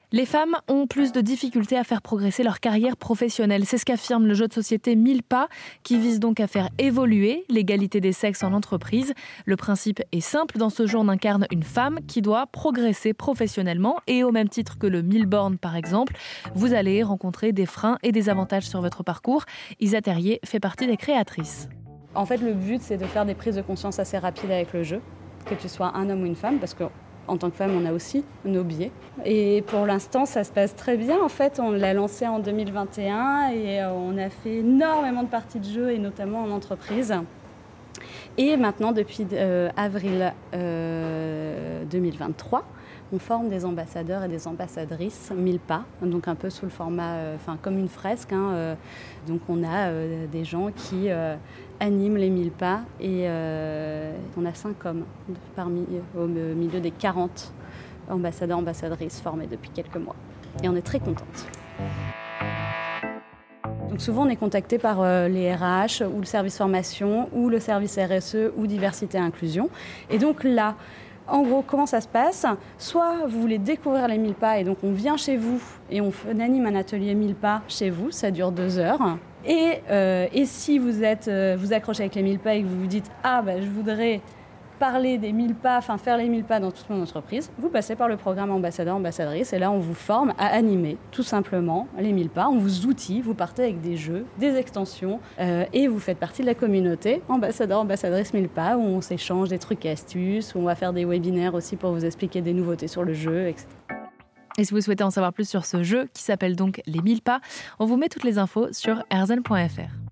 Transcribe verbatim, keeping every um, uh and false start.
Les femmes ont plus de difficultés à faire progresser leur carrière professionnelle. C'est ce qu'affirme le jeu de société mille pas, qui vise donc à faire évoluer l'égalité des sexes en entreprise. Le principe est simple. Dans ce jeu, on incarne une femme qui doit progresser professionnellement. Et au même titre que le mille bornes, par exemple, vous allez rencontrer des freins et des avantages sur votre parcours. Isa Terrier fait partie des créatrices. En fait, le but, c'est de faire des prises de conscience assez rapides avec le jeu, que tu sois un homme ou une femme, parce que en tant que femme, on a aussi nos biais. Et pour l'instant, ça se passe très bien. En fait, on l'a lancé en deux mille vingt et un et on a fait énormément de parties de jeu, et notamment en entreprise. Et maintenant, depuis euh, avril euh, deux mille vingt-trois, on forme des ambassadeurs et des ambassadrices mille pas, donc un peu sous le format, euh, enfin comme une fresque. Hein, euh, donc on a euh, des gens qui euh, animent les mille pas et euh, on a cinq hommes parmi, au milieu des quarante ambassadeurs, ambassadrices formés depuis quelques mois. Et on est très contente. Donc souvent on est contacté par euh, les R H ou le service formation ou le service R S E ou diversité et inclusion. Et donc là, en gros, comment ça se passe ? Soit vous voulez découvrir les mille pas et donc on vient chez vous et on, on anime un atelier mille pas chez vous, ça dure deux heures. Et, euh, et si vous êtes, euh, vous accrochez avec les mille pas et que vous vous dites « Ah, bah, je voudrais parler des mille pas, enfin faire les mille pas dans toute mon entreprise », vous passez par le programme ambassadeur-ambassadrice et là on vous forme à animer tout simplement les mille pas. On vous outille, vous partez avec des jeux, des extensions euh, et vous faites partie de la communauté ambassadeur-ambassadrice mille pas où on s'échange des trucs et astuces, où on va faire des webinaires aussi pour vous expliquer des nouveautés sur le jeu, et cetera. Et si vous souhaitez en savoir plus sur ce jeu qui s'appelle donc les mille pas, on vous met toutes les infos sur erzen point f r.